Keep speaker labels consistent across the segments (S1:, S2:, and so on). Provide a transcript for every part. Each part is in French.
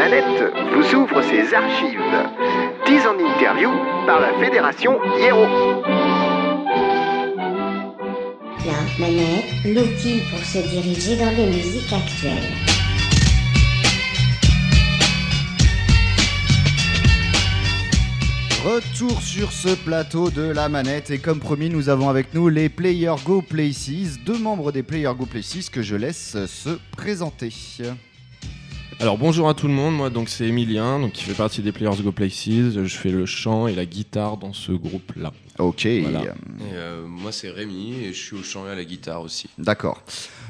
S1: manette vous ouvre ses archives. 10 en interview par la Fédération Hiero.
S2: La manette, l'outil pour se diriger dans les musiques actuelles.
S3: Retour sur ce plateau de la manette et comme promis nous avons avec nous les Player Go Places, deux membres des Player Go Places que je laisse se présenter.
S4: Alors bonjour à tout le monde, moi donc c'est Emilien, donc qui fait partie des Players Go Places, je fais le chant et la guitare dans ce groupe-là.
S3: Ok.
S4: Voilà.
S5: Et moi c'est Rémi et je suis au chant et à la guitare aussi.
S3: D'accord.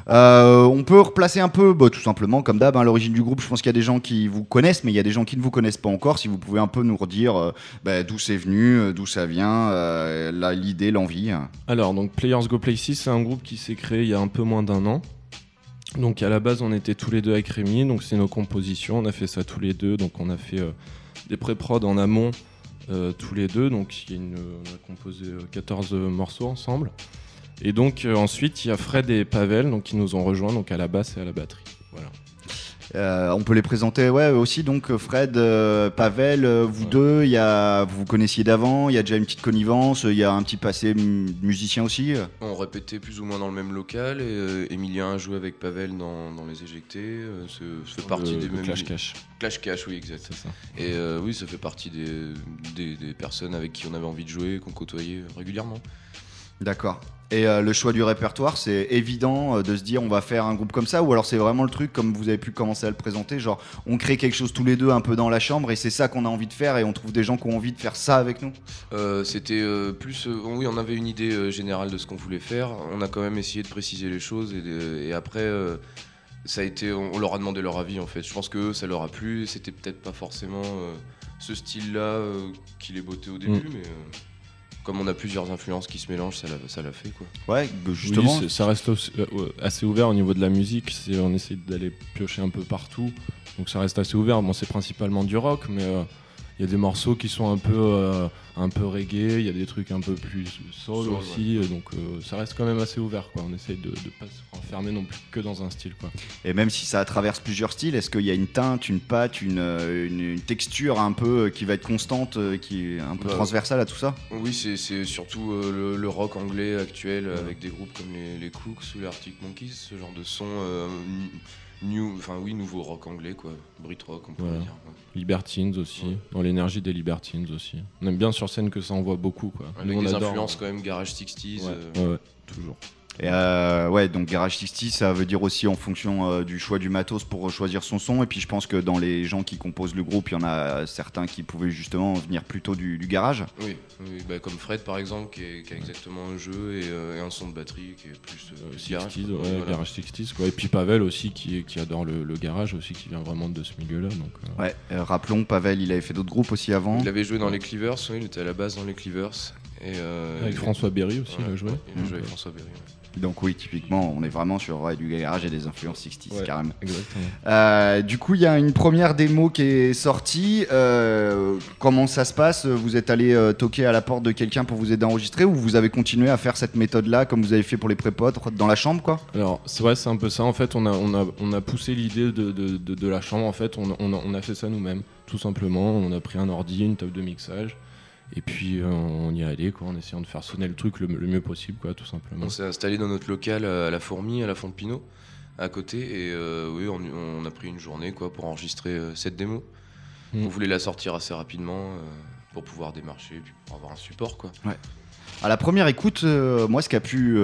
S3: On peut replacer un peu, tout simplement, comme d'hab, l'origine du groupe. Je pense qu'il y a des gens qui vous connaissent, mais il y a des gens qui ne vous connaissent pas encore. Si vous pouvez un peu nous redire d'où c'est venu, d'où ça vient, l'idée, l'envie.
S4: Alors donc Players Go Places, c'est un groupe qui s'est créé il y a un peu moins d'un an. Donc à la base on était tous les deux avec Rémi, donc c'est nos compositions, on a fait ça tous les deux, donc on a fait des pré-prod en amont tous les deux, donc on a composé 14 morceaux ensemble. Et donc ensuite il y a Fred et Pavel donc, qui nous ont rejoints donc, à la basse et à la batterie. Voilà.
S3: On peut les présenter aussi, donc Fred, Pavel, vous deux, vous vous connaissiez d'avant, il y a déjà une petite connivence, il y a un petit passé musicien aussi.
S5: On répétait plus ou moins dans le même local et Emilien a joué avec Pavel dans Les Éjectés, ça fait partie des mêmes...
S4: Clash Cash.
S5: Clash Cash, oui, exact.
S4: C'est ça.
S5: Et oui, ça fait partie des personnes avec qui on avait envie de jouer, qu'on côtoyait régulièrement.
S3: D'accord. Et le choix du répertoire, c'est évident de se dire on va faire un groupe comme ça, ou alors c'est vraiment le truc comme vous avez pu commencer à le présenter, genre on crée quelque chose tous les deux un peu dans la chambre et c'est ça qu'on a envie de faire et on trouve des gens qui ont envie de faire ça avec nous.
S5: C'était plus... oui, on avait une idée générale de ce qu'on voulait faire, on a quand même essayé de préciser les choses et après ça a été, on leur a demandé leur avis en fait. Je pense que ça leur a plu, c'était peut-être pas forcément ce style-là qui les bottait au début, mais... Comme on a plusieurs influences qui se mélangent, ça l'a fait quoi.
S3: Ouais, justement.
S4: Oui, ça reste assez ouvert au niveau de la musique. On essaie d'aller piocher un peu partout, donc ça reste assez ouvert. Bon, c'est principalement du rock, mais il y a des morceaux qui sont un peu reggae. Il y a des trucs un peu plus soul aussi, ouais. Donc ça reste quand même assez ouvert, quoi. On essaie de pas se renfermer non plus que dans un style, quoi.
S3: Et même si ça traverse plusieurs styles, est-ce qu'il y a une teinte, une patte, une texture un peu qui va être constante, qui est un peu transversale à tout ça ?
S5: Oui, c'est surtout le rock anglais actuel avec des groupes comme les Cooks ou les Arctic Monkeys, ce genre de son nouveau rock anglais, quoi. Brit rock, on pourrait dire. Ouais.
S4: Libertines aussi, dans l'énergie des Libertines aussi. On aime bien sur scène que ça envoie beaucoup, quoi.
S5: Avec
S4: nous,
S5: des
S4: on adore,
S5: influences quand même Garage 60s.
S4: Ouais, toujours.
S3: Et donc Garage 60, ça veut dire aussi en fonction du choix du matos pour choisir son son. Et puis je pense que dans les gens qui composent le groupe, il y en a certains qui pouvaient justement venir plutôt du garage.
S5: Oui, comme Fred par exemple, qui a exactement un jeu et un son de batterie qui est plus garage.
S4: 60s, voilà. Garage 60s, quoi. Et puis Pavel aussi qui adore le garage aussi, qui vient vraiment de ce milieu-là. Donc,
S3: rappelons, Pavel, il avait fait d'autres groupes aussi avant.
S5: Il avait joué dans les Cleavers, il était à la base dans les Cleavers.
S4: Avec François Berry aussi, il a joué.
S5: Il a joué avec François Berry. Ouais.
S3: Donc oui, typiquement, on est vraiment sur du garage et des influences 60s, carrément.
S4: Exactement.
S3: Du coup, il y a une première démo qui est sortie. Comment ça se passe ? Vous êtes allé toquer à la porte de quelqu'un pour vous aider à enregistrer ou vous avez continué à faire cette méthode-là comme vous avez fait pour les pré-pods dans la chambre, quoi ?
S4: Alors, c'est un peu ça. En fait, on a poussé l'idée de la chambre. En fait, on a fait ça nous-mêmes, tout simplement. On a pris un ordi, une table de mixage. Et puis on y est allé, quoi, en essayant de faire sonner le truc le mieux possible, quoi, tout simplement.
S5: On s'est installé dans notre local à la Fourmi, à la Font de Pinot, à côté, et on a pris une journée, quoi, pour enregistrer cette démo. On voulait la sortir assez rapidement pour pouvoir démarcher, et puis pour avoir un support, quoi. Ouais.
S3: À la première écoute, moi, ce qui a pu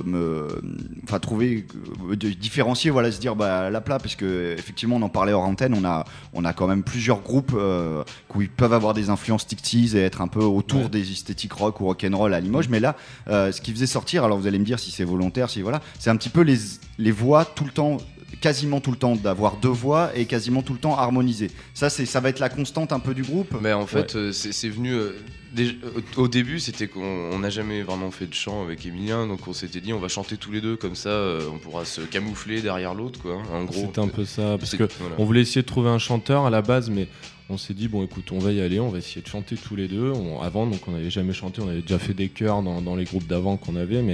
S3: trouver, différencier, se dire la plat, parce que effectivement, on en parlait hors antenne, on a quand même plusieurs groupes qui peuvent avoir des influences 60s et être un peu autour des esthétiques rock ou rock'n'roll à Limoges. Mais là, ce qui faisait sortir, alors vous allez me dire si c'est volontaire, c'est un petit peu les voix tout le temps. Quasiment tout le temps, d'avoir deux voix et quasiment tout le temps harmonisées. Ça va être la constante un peu du groupe.
S5: Mais en fait, c'est venu... au début, c'était qu'on n'a jamais vraiment fait de chant avec Emilien, donc on s'était dit on va chanter tous les deux, comme ça on pourra se camoufler derrière l'autre, quoi. En gros,
S4: c'était un peu ça, parce que on voulait essayer de trouver un chanteur à la base, mais on s'est dit bon écoute, on va y aller, on va essayer de chanter tous les deux. Avant, donc on n'avait jamais chanté, on avait déjà fait des chœurs dans les groupes d'avant qu'on avait, mais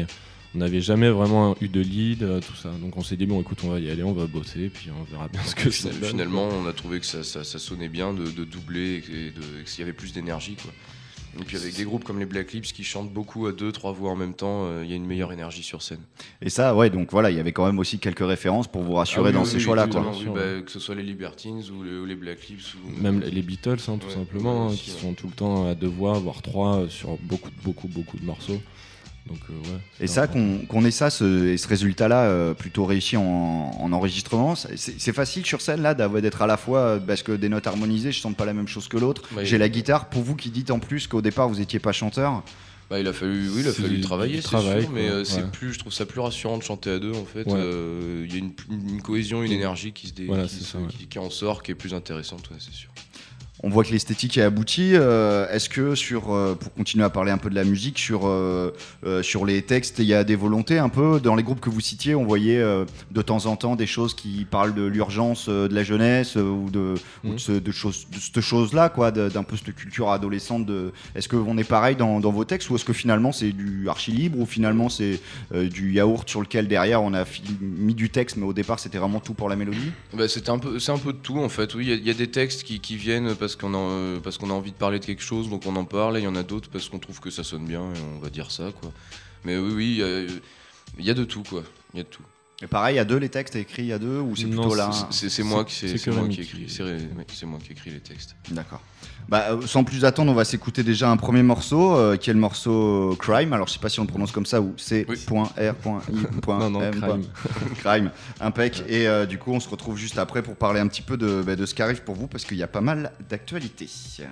S4: on n'avait jamais vraiment eu de lead, tout ça. Donc on s'est dit bon, écoute, on va y aller, on va bosser, puis on verra bien ce que ça donne.
S5: Finalement, on a trouvé que ça sonnait bien de doubler et qu'il y avait plus d'énergie, quoi. Et puis avec des groupes comme les Black Lips qui chantent beaucoup à 2-3 voix en même temps, il y a une meilleure énergie sur scène.
S3: Et ça, ouais, donc voilà, il y avait quand même aussi quelques références pour vous rassurer dans ces choix-là, quoi.
S5: Que ce soit les Libertines ou les Black Lips.
S4: Même les Beatles, tout simplement, qui sont tout le temps à 2 voix, voire 3 sur beaucoup de morceaux. Donc,
S3: et ça, qu'on ait ça, ce résultat-là plutôt réussi en enregistrement, c'est facile sur scène là d'être à la fois, parce que des notes harmonisées, je sens pas la même chose que l'autre. J'ai la guitare. Pour vous qui dites en plus qu'au départ vous étiez pas chanteur.
S5: Il a fallu travailler, sûr, mais je trouve ça plus rassurant de chanter à 2 en fait. Il y a une cohésion, une énergie qui en sort, qui est plus intéressante, c'est sûr.
S3: On voit que l'esthétique est aboutie. Est-ce que pour continuer à parler un peu de la musique, sur les textes, il y a des volontés un peu dans les groupes que vous citiez, on voyait de temps en temps des choses qui parlent de l'urgence de la jeunesse ou de cette chose-là, quoi, d'un peu cette culture adolescente. Est-ce qu'on est pareil dans vos textes, ou est-ce que finalement c'est du archi libre, ou finalement c'est du yaourt sur lequel derrière on a mis du texte, mais au départ c'était vraiment tout pour la mélodie?
S5: C'est un peu de tout en fait. Oui, il y a des textes qui viennent parce qu'on a envie de parler de quelque chose, donc on en parle, et il y en a d'autres parce qu'on trouve que ça sonne bien et on va dire ça, quoi. Mais oui, il y a de tout, quoi. Il y a de tout.
S3: Et pareil, à 2 les textes écrits à 2, ou c'est plutôt là?
S5: C'est moi qui écris. C'est moi qui écris les textes.
S3: D'accord. Sans plus attendre, on va s'écouter déjà un premier morceau, qui est le morceau Crime. Alors je sais pas si on le prononce comme ça ou C.R.I.M.
S4: Crime.
S3: Crime. Impec. Et du coup, on se retrouve juste après pour parler un petit peu de ce qui arrive pour vous, parce qu'il y a pas mal d'actualités.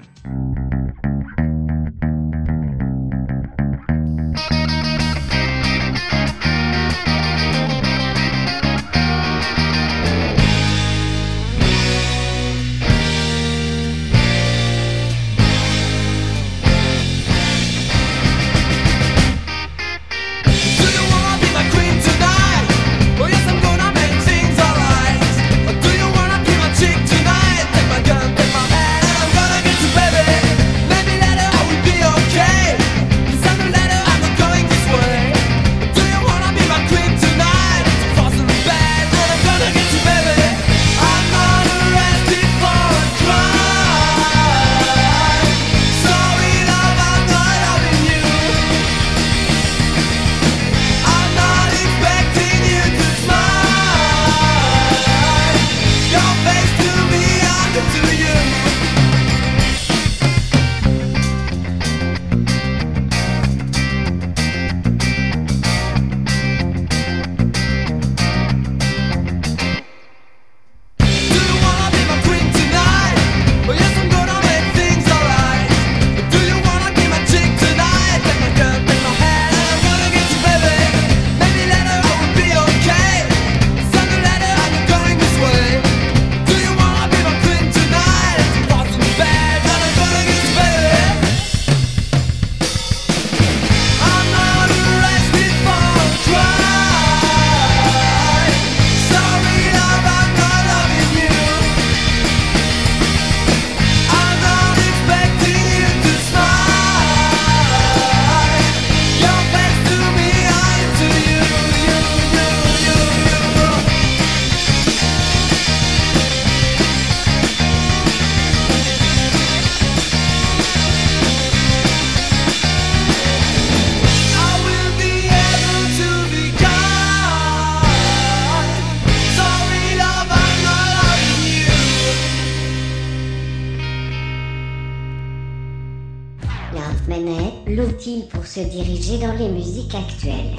S2: L'outil pour se diriger dans les musiques actuelles.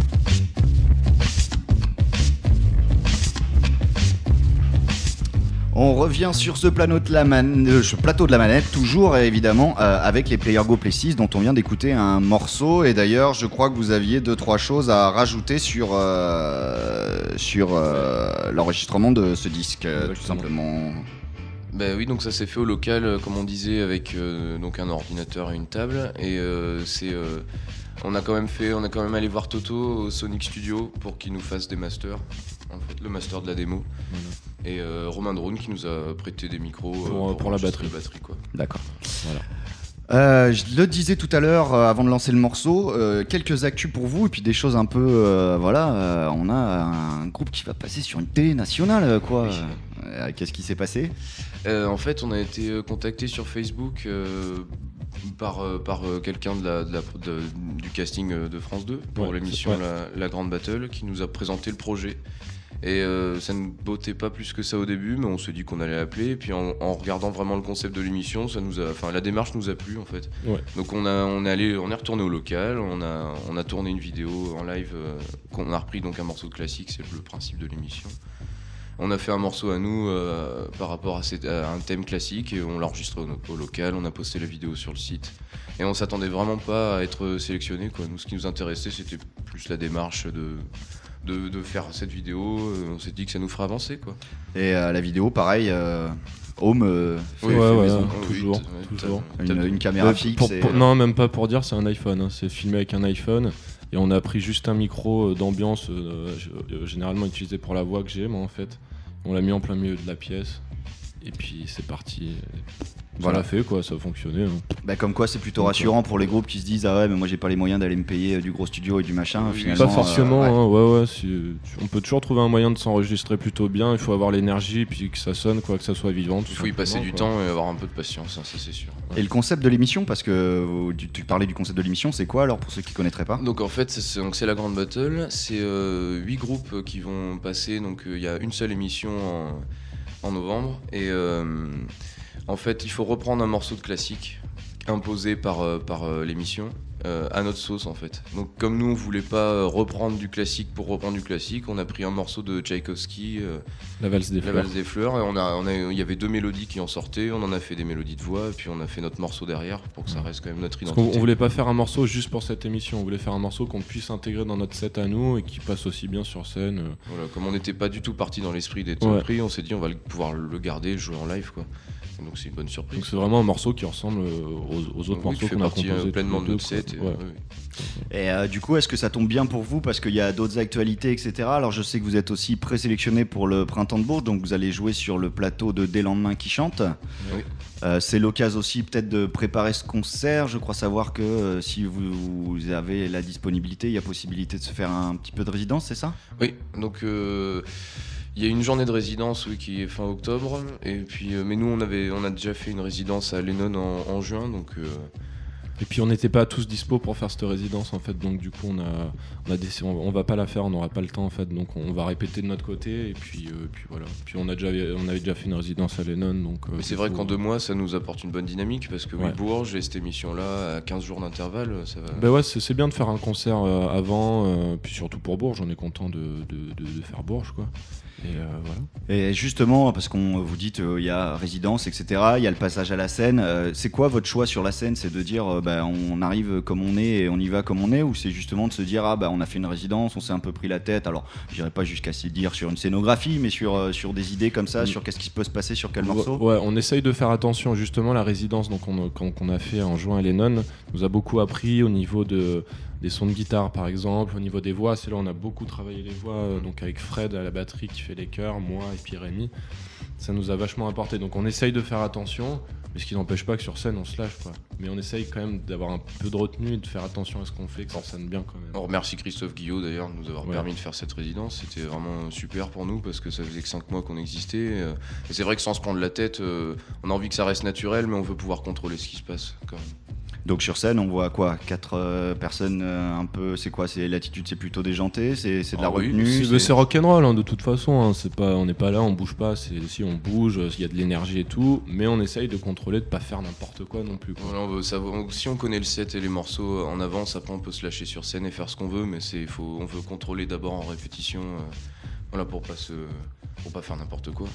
S3: On revient sur ce plateau de la manette, toujours évidemment avec les Player Go Play 6 dont on vient d'écouter un morceau. Et d'ailleurs, je crois que vous aviez 2-3 choses à rajouter sur l'enregistrement de ce disque, tout simplement.
S5: Oui, donc ça s'est fait au local, comme on disait, avec donc un ordinateur et une table. Et on a quand même allé voir Toto au Sonic Studio pour qu'il nous fasse des masters, en fait, le master de la démo. Et Romain Drone qui nous a prêté des micros
S4: pour la batterie.
S5: Quoi.
S3: D'accord.
S4: Voilà.
S3: Je le disais tout à l'heure avant de lancer le morceau, quelques actus pour vous et puis des choses un peu on a un groupe qui va passer sur une télé nationale quoi.
S5: Oui.
S3: Qu'est-ce qui s'est passé?
S5: En fait, on a été contacté sur Facebook par quelqu'un du casting de France 2 pour l'émission La Grande Battle qui nous a présenté le projet. Et ça ne bottait pas plus que ça au début, mais on s'est dit qu'on allait appeler. Et puis en regardant vraiment le concept de l'émission, la démarche nous a plu en fait. Ouais. Donc on est retourné au local, on a tourné une vidéo en live qu'on a repris donc un morceau de classique, c'est le principe de l'émission. On a fait un morceau à nous par rapport à un thème classique et on l'a enregistré au local, on a posté la vidéo sur le site. Et on s'attendait vraiment pas à être sélectionné quoi. Nous, ce qui nous intéressait, c'était plus la démarche de faire cette vidéo. On s'est dit que ça nous ferait avancer quoi.
S3: Et la vidéo, pareil, Home
S4: toujours.
S3: Une caméra fixe.
S4: Non, même pas pour dire, c'est un iPhone. Hein. C'est filmé avec un iPhone. Et on a pris juste un micro d'ambiance, généralement utilisé pour la voix que j'ai, moi en fait. On l'a mis en plein milieu de la pièce. Et puis c'est parti. Ça l'a fait quoi, ça a fonctionné. Hein.
S3: Bah comme quoi c'est plutôt rassurant pour les groupes qui se disent ah ouais mais moi j'ai pas les moyens d'aller me payer du gros studio et du machin.
S4: Finalement, pas forcément, on peut toujours trouver un moyen de s'enregistrer plutôt bien, il faut avoir l'énergie puis que ça sonne quoi, que ça soit vivant.
S5: Il faut y passer du temps et avoir un peu de patience, hein, ça c'est sûr.
S3: Et le concept de l'émission, parce que tu parlais du concept de l'émission, c'est quoi alors pour ceux qui connaîtraient pas?
S5: Donc en fait c'est la Grande Battle, c'est 8 groupes qui vont passer, donc il y a une seule émission en novembre et en fait, il faut reprendre un morceau de classique imposé par l'émission à notre sauce en fait. Donc comme nous on voulait pas reprendre du classique pour reprendre du classique, on a pris un morceau de Tchaïkovski,
S4: La valse des
S5: fleurs, et il y avait 2 mélodies qui en sortaient, on en a fait des mélodies de voix et puis on a fait notre morceau derrière pour que ça reste quand même notre identité.
S4: On voulait pas faire un morceau juste pour cette émission, on voulait faire un morceau qu'on puisse intégrer dans notre set à nous et qui passe aussi bien sur scène.
S5: Voilà, comme on n'était pas du tout parti dans l'esprit d'être pris, on s'est dit on va pouvoir le garder, jouer en live quoi. Donc c'est une bonne surprise.
S4: Donc c'est vraiment un morceau qui ressemble aux autres morceaux qu'on a composés
S5: pleinement de notre set.
S3: Et du coup, est-ce que ça tombe bien pour vous parce qu'il y a d'autres actualités, etc. Alors je sais que vous êtes aussi présélectionné pour le Printemps de Bourges, donc vous allez jouer sur le plateau de Des Lendemains qui chantent.
S5: Oui.
S3: C'est l'occasion aussi peut-être de préparer ce concert. Je crois savoir que si vous avez la disponibilité, il y a possibilité de se faire un petit peu de résidence, c'est ça?
S5: Oui, donc il y a une journée de résidence qui est fin octobre, et puis, mais nous on a déjà fait une résidence à Lennon en juin, donc...
S4: Et puis on n'était pas tous dispo pour faire cette résidence en fait, donc du coup on a décidé, on va pas la faire, on n'aura pas le temps en fait, donc on va répéter de notre côté et puis voilà. Puis on avait déjà fait une résidence à Lennon, donc.
S5: Mais c'est vrai qu'en 2 mois ça nous apporte une bonne dynamique parce que Bourges et cette émission-là à 15 jours d'intervalle, ça va.
S4: Bah ouais, c'est bien de faire un concert avant, puis surtout pour Bourges, on est content de faire Bourges quoi. Et voilà.
S3: Et justement, parce qu'on vous dit il y a résidence, etc., il y a le passage à la scène. C'est quoi votre choix sur la scène? C'est de dire on arrive comme on est et on y va comme on est, ou c'est justement de se dire on a fait une résidence, on s'est un peu pris la tête. Alors, j'irai pas jusqu'à se dire sur une scénographie, mais sur des idées comme ça, sur qu'est-ce qui peut se passer sur quel morceau.
S4: Ouais, on essaye de faire attention justement. La résidence qu'on a fait en juin à Lennon nous a beaucoup appris au niveau des sons de guitare par exemple, au niveau des voix. C'est là on a beaucoup travaillé les voix, donc avec Fred à la batterie qui fait les chœurs, moi et puis Rémi. Ça nous a vachement apporté, donc on essaye de faire attention, mais ce qui n'empêche pas que sur scène on se lâche quoi. Mais on essaye quand même d'avoir un peu de retenue et de faire attention à ce qu'on fait, que ça sonne bien quand même.
S5: On remercie Christophe Guillot d'ailleurs de nous avoir permis de faire cette résidence, c'était vraiment super pour nous parce que ça faisait que 5 mois qu'on existait, et c'est vrai que sans se prendre la tête, on a envie que ça reste naturel, mais on veut pouvoir contrôler ce qui se passe quand même.
S3: Donc sur scène, on voit quoi? 4 personnes un peu. C'est quoi? C'est l'attitude, c'est plutôt déjanté, c'est de la retenue.
S4: C'est rock'n'roll hein, de toute façon. Hein, on n'est pas là, on bouge pas. Si on bouge, il y a de l'énergie et tout, mais on essaye de contrôler, de pas faire n'importe quoi non plus. Quoi.
S5: Voilà, si on connaît le set et les morceaux en avance, après on peut se lâcher sur scène et faire ce qu'on veut, mais on veut contrôler d'abord en répétition, pour pas faire n'importe quoi.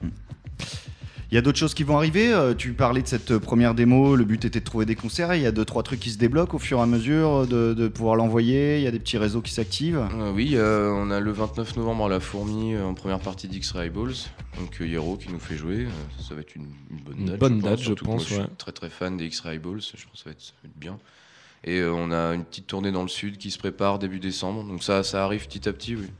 S3: Il y a d'autres choses qui vont arriver. Tu parlais de cette première démo, le but était de trouver des concerts. Il y a 2-3 trucs qui se débloquent au fur et à mesure de pouvoir l'envoyer. Il y a des petits réseaux qui s'activent.
S5: Oui, on a le 29 novembre à la Fourmi en première partie d'X-Ray Balls. Donc Hero qui nous fait jouer. Ça va être une bonne date.
S4: Je pense.
S5: Je suis très très fan des X-Ray Balls. Je pense que ça va être bien. Et on a une petite tournée dans le sud qui se prépare début décembre. Donc ça arrive petit à petit, oui.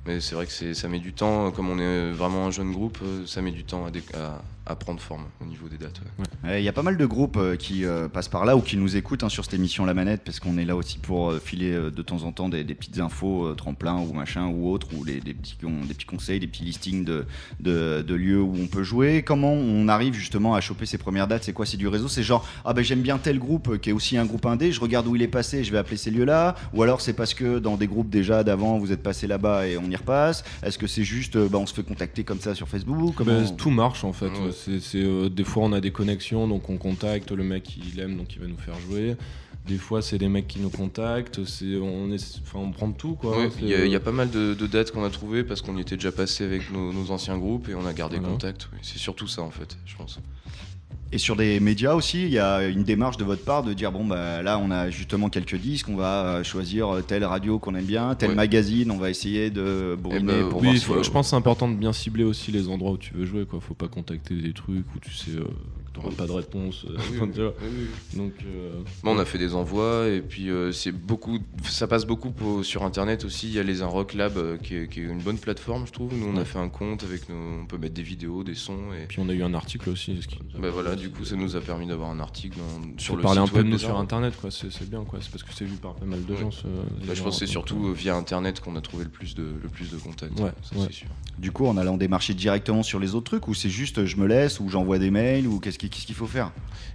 S5: Mais c'est vrai que ça met du temps, comme on est vraiment un jeune groupe, ça met du temps à prendre forme au niveau des dates.
S3: Il y a pas mal de groupes qui passent par là ou qui nous écoutent sur cette émission La Manette, parce qu'on est là aussi pour filer de temps en temps des petites infos, tremplin ou machin ou autre, ou des petits conseils, des petits listings de lieux où on peut jouer. Comment on arrive justement à choper ces premières dates? C'est quoi? C'est du réseau? C'est genre, ah ben j'aime bien tel groupe qui est aussi un groupe indé, je regarde où il est passé, je vais appeler ces lieux-là? Ou alors c'est parce que dans des groupes déjà d'avant, vous êtes passé là-bas et on y repasse? Est-ce que c'est juste, on se fait contacter comme ça sur Facebook?
S4: Tout marche en fait.
S5: Ouais.
S4: Des fois on a des connexions, donc on contacte le mec, il aime, donc il va nous faire jouer. Des fois c'est des mecs qui nous contactent, on prend de tout quoi.
S5: Ouais, il y a pas mal de dates qu'on a trouvées parce qu'on y était déjà passé avec nos anciens groupes et on a gardé contact. Oui. C'est surtout ça en fait, je pense.
S3: Et sur des médias aussi, il y a une démarche de votre part de dire là on a justement quelques disques, on va choisir telle radio qu'on aime bien, tel magazine, on va essayer de bourriner pour voir.
S4: Je pense que c'est important de bien cibler aussi les endroits où tu veux jouer, quoi. Faut pas contacter des trucs où tu sais que t'auras pas de réponse. Donc
S5: on a fait des envois et puis ça passe beaucoup sur internet aussi. Il y a les Rock Lab qui est une bonne plateforme, je trouve. Nous on a fait un compte avec on peut mettre des vidéos, des sons et
S4: puis on a eu un article aussi.
S5: Du coup, ça nous a permis d'avoir un article sur le
S4: parler
S5: site
S4: un peu
S5: web
S4: de nous sur internet, quoi. C'est bien, quoi. C'est parce que c'est vu par pas mal de gens.
S5: Je pense que c'est surtout via internet qu'on a trouvé le plus de contacts. C'est sûr.
S3: Du coup, en allant démarcher directement sur les autres trucs, ou c'est juste je me laisse, ou j'envoie des mails, ou qu'est-ce qu'il faut faire?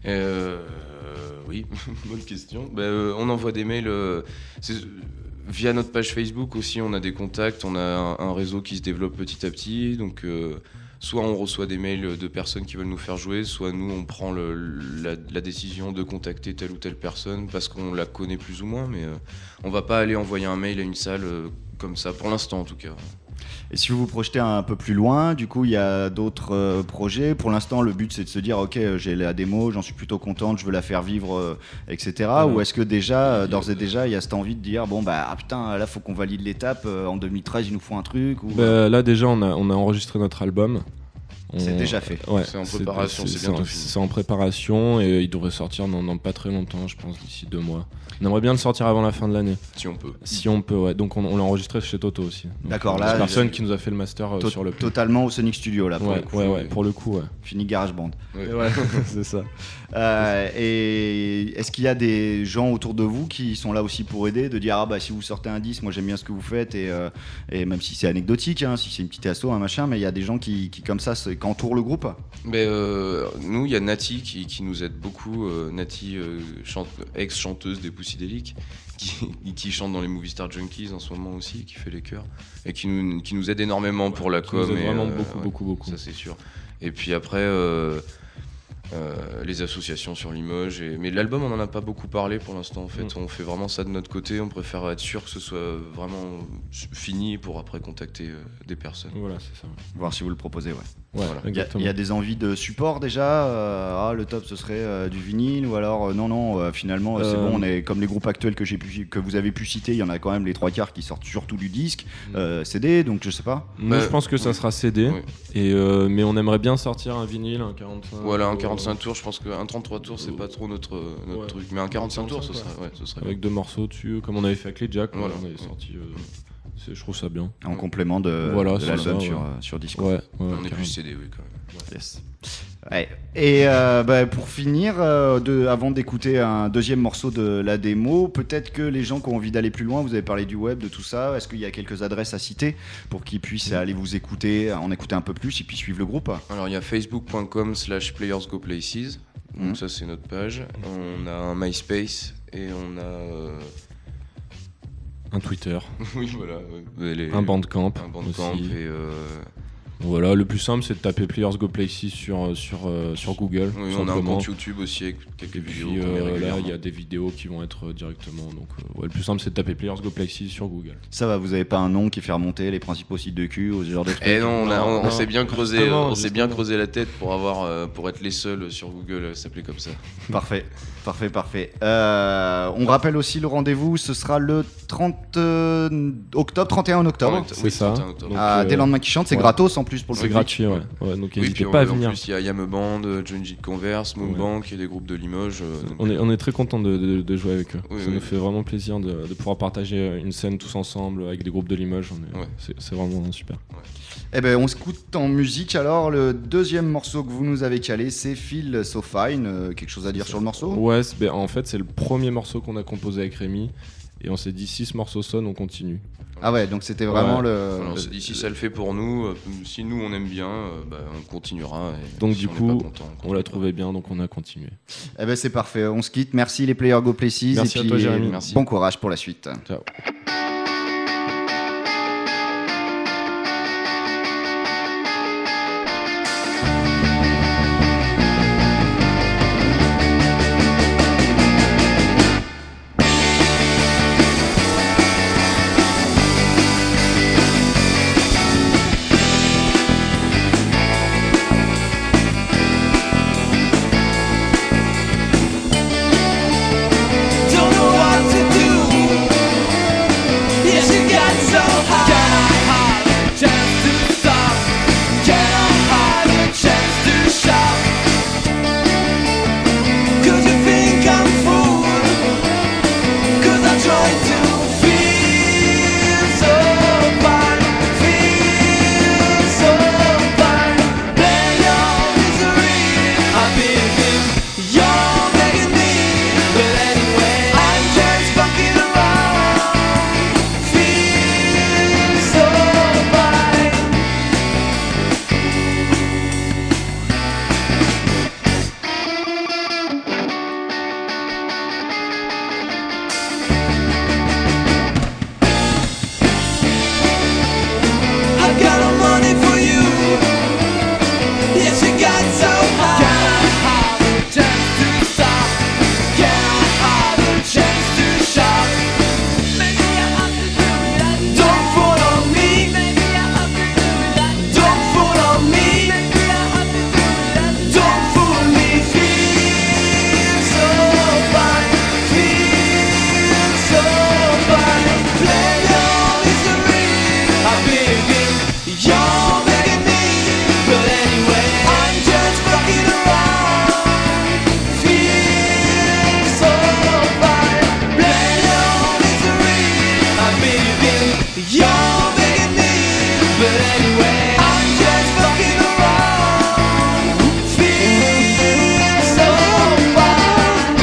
S5: Oui, bonne question. On envoie des mails. Via notre page Facebook aussi, on a des contacts, on a un réseau qui se développe petit à petit. Donc, soit on reçoit des mails de personnes qui veulent nous faire jouer, soit nous on prend la décision de contacter telle ou telle personne parce qu'on la connaît plus ou moins, mais on va pas aller envoyer un mail à une salle comme ça, pour l'instant en tout cas.
S3: Et si vous vous projetez un peu plus loin, du coup il y a d'autres projets. Pour l'instant le but c'est de se dire ok, j'ai la démo, j'en suis plutôt contente, je veux la faire vivre, etc. Ou est-ce que déjà, d'ores et déjà, il y a cette envie de dire putain, là faut qu'on valide l'étape, en 2013 il nous faut un truc ou...
S4: Là déjà on a enregistré notre album.
S3: C'est déjà fait.
S5: Ouais, c'est en préparation, c'est bientôt fini.
S4: C'est en préparation et il devrait sortir dans pas très longtemps, je pense, d'ici 2 mois. On aimerait bien le sortir avant la fin de l'année.
S5: Si on peut,
S4: ouais. Donc on l'a enregistré chez Toto aussi. Donc,
S3: d'accord, là.
S4: C'est personne qui nous a fait le master sur le.
S3: Totalement au Sonic Studio là.
S4: Pour le coup, ouais.
S3: Fini GarageBand.
S4: Ouais, c'est ça.
S3: Et est-ce qu'il y a des gens autour de vous qui sont là aussi pour aider, de dire si vous sortez un disque, moi j'aime bien ce que vous faites et même si c'est anecdotique, si c'est une petite asso, un machin, mais il y a des gens qui comme ça qui entourent le groupe?
S5: Nous, il y a Nati qui nous aide beaucoup. Nati, ex-chanteuse des Psychédéliques, qui chante dans les Movie Star Junkies en ce moment aussi, qui fait les chœurs et qui nous aide énormément pour la com.
S4: Nous aide vraiment beaucoup.
S5: Ça c'est sûr. Et puis après. Les associations sur Limoges mais l'album on en a pas beaucoup parlé pour l'instant en fait. On fait vraiment ça de notre côté, on préfère être sûr que ce soit vraiment fini pour après contacter des personnes.
S4: Voilà, c'est ça.
S3: Voir si vous le proposez,
S4: voilà.
S3: Il y a des envies de support déjà, le top ce serait du vinyle, ou alors non, finalement c'est bon, on est comme les groupes actuels que vous avez pu citer, il y en a quand même les 3/4 qui sortent surtout du disque, CD, donc je sais pas.
S4: Moi je pense que ça sera CD, mais on aimerait bien sortir un vinyle, un 45.
S5: Voilà, un 45 tours, je pense qu'un 33 tours c'est pas trop notre truc, mais un 45 tours ce serait
S4: avec 2 morceaux dessus, comme on avait fait avec les Jack, on avait sorti. Je trouve ça bien.
S3: En complément de l'album sur disque.
S5: Ouais, on est plus CD, oui, quand même.
S3: Yes. Ouais. Et pour finir, avant d'écouter un deuxième morceau de la démo, peut-être que les gens qui ont envie d'aller plus loin, vous avez parlé du web, de tout ça, est-ce qu'il y a quelques adresses à citer pour qu'ils puissent aller vous écouter, en écouter un peu plus et puis suivre le groupe?
S5: Alors il y a facebook.com/playersgoplaces, donc ça c'est notre page. On a un MySpace et on a...
S4: un Twitter.
S5: Oui, voilà.
S4: Un Bandcamp.
S5: Aussi. Et
S4: voilà, le plus simple c'est de taper Players Go Places sur Google.
S5: Oui, on a un compte YouTube aussi avec quelques vidéos.
S4: Là, il y a des vidéos qui vont être directement. Donc, le plus simple c'est de taper Players Go Places sur Google.
S3: Ça va, vous avez pas un nom qui fait remonter les principaux sites de cul ou ce genre de trucs?
S5: On s'est bien creusé, bien creusé la tête pour être les seuls sur Google à s'appeler comme ça.
S3: Parfait. On rappelle aussi le rendez-vous, ce sera le 31 octobre.
S4: C'est ça.
S3: Donc, des lendemains qui chantent, c'est gratos en plus pour le
S4: C'est
S3: public.
S4: gratuit, ouais. Donc
S5: Oui,
S4: n'hésitez
S5: puis
S4: pas à
S5: en
S4: venir.
S5: plus, il y a Yameband, Junji Converse, Moonbank et les groupes de Limoges.
S4: On est très content de jouer avec eux.
S5: Oui,
S4: Ça nous fait vraiment plaisir de pouvoir partager une scène tous ensemble avec des groupes de Limoges. C'est vraiment super.
S3: Eh ben, on s'écoute en musique alors. Le deuxième morceau que vous nous avez calé, c'est Feel So Fine. Quelque chose à dire sur le morceau?
S4: Ouais, en fait, c'est le premier morceau qu'on a composé avec Rémi. Et on s'est dit, si ce morceau sonne, on continue.
S3: Ah ouais, donc c'était vraiment
S5: Voilà, on s'est dit, si ça le fait pour nous, si nous on aime bien, on continuera. Et
S4: donc
S5: si
S4: du
S5: on
S4: coup,
S5: n'est pas content,
S4: on l'a trouvé bien, donc on a continué.
S3: Eh ben c'est parfait, on se quitte. Merci les Players Go Places.
S4: Merci
S3: et
S4: à
S3: puis
S4: toi, Jérémy.
S5: Merci.
S3: Bon courage pour la suite.
S4: Ciao.
S6: Don't know what to do. Yes, you got so high. Can I have a chance to stop? Can I have a chance to shout? Could you think I'm fool? 'Cause I try to feel so fine, feel so fine. Then your misery, I've been in your making me. But anyway, I'm just fucking around. Feel so fine. I've got no money for you. Yes, you got so high. Can I have a chance to stop? Can I have a chance to shout? Maybe I have to do it. Don't fall on me. Maybe I have to do it. Don't fall on me. Maybe I have to do it. Don't fool me. Feel so fine. Feel so fine. Play your misery. I've been in your making me. But anyway, I'm just fucking around. Feel so fine. Play your misery. I've been in your making me. But anyway, I'm just fucking around. Feel so fine.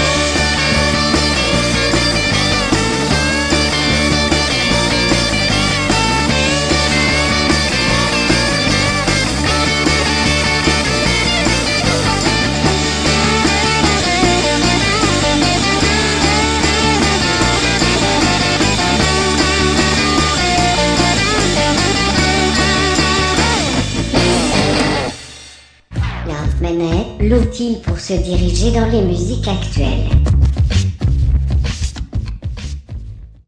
S2: La manette, l'outil pour se diriger dans les musiques actuelles.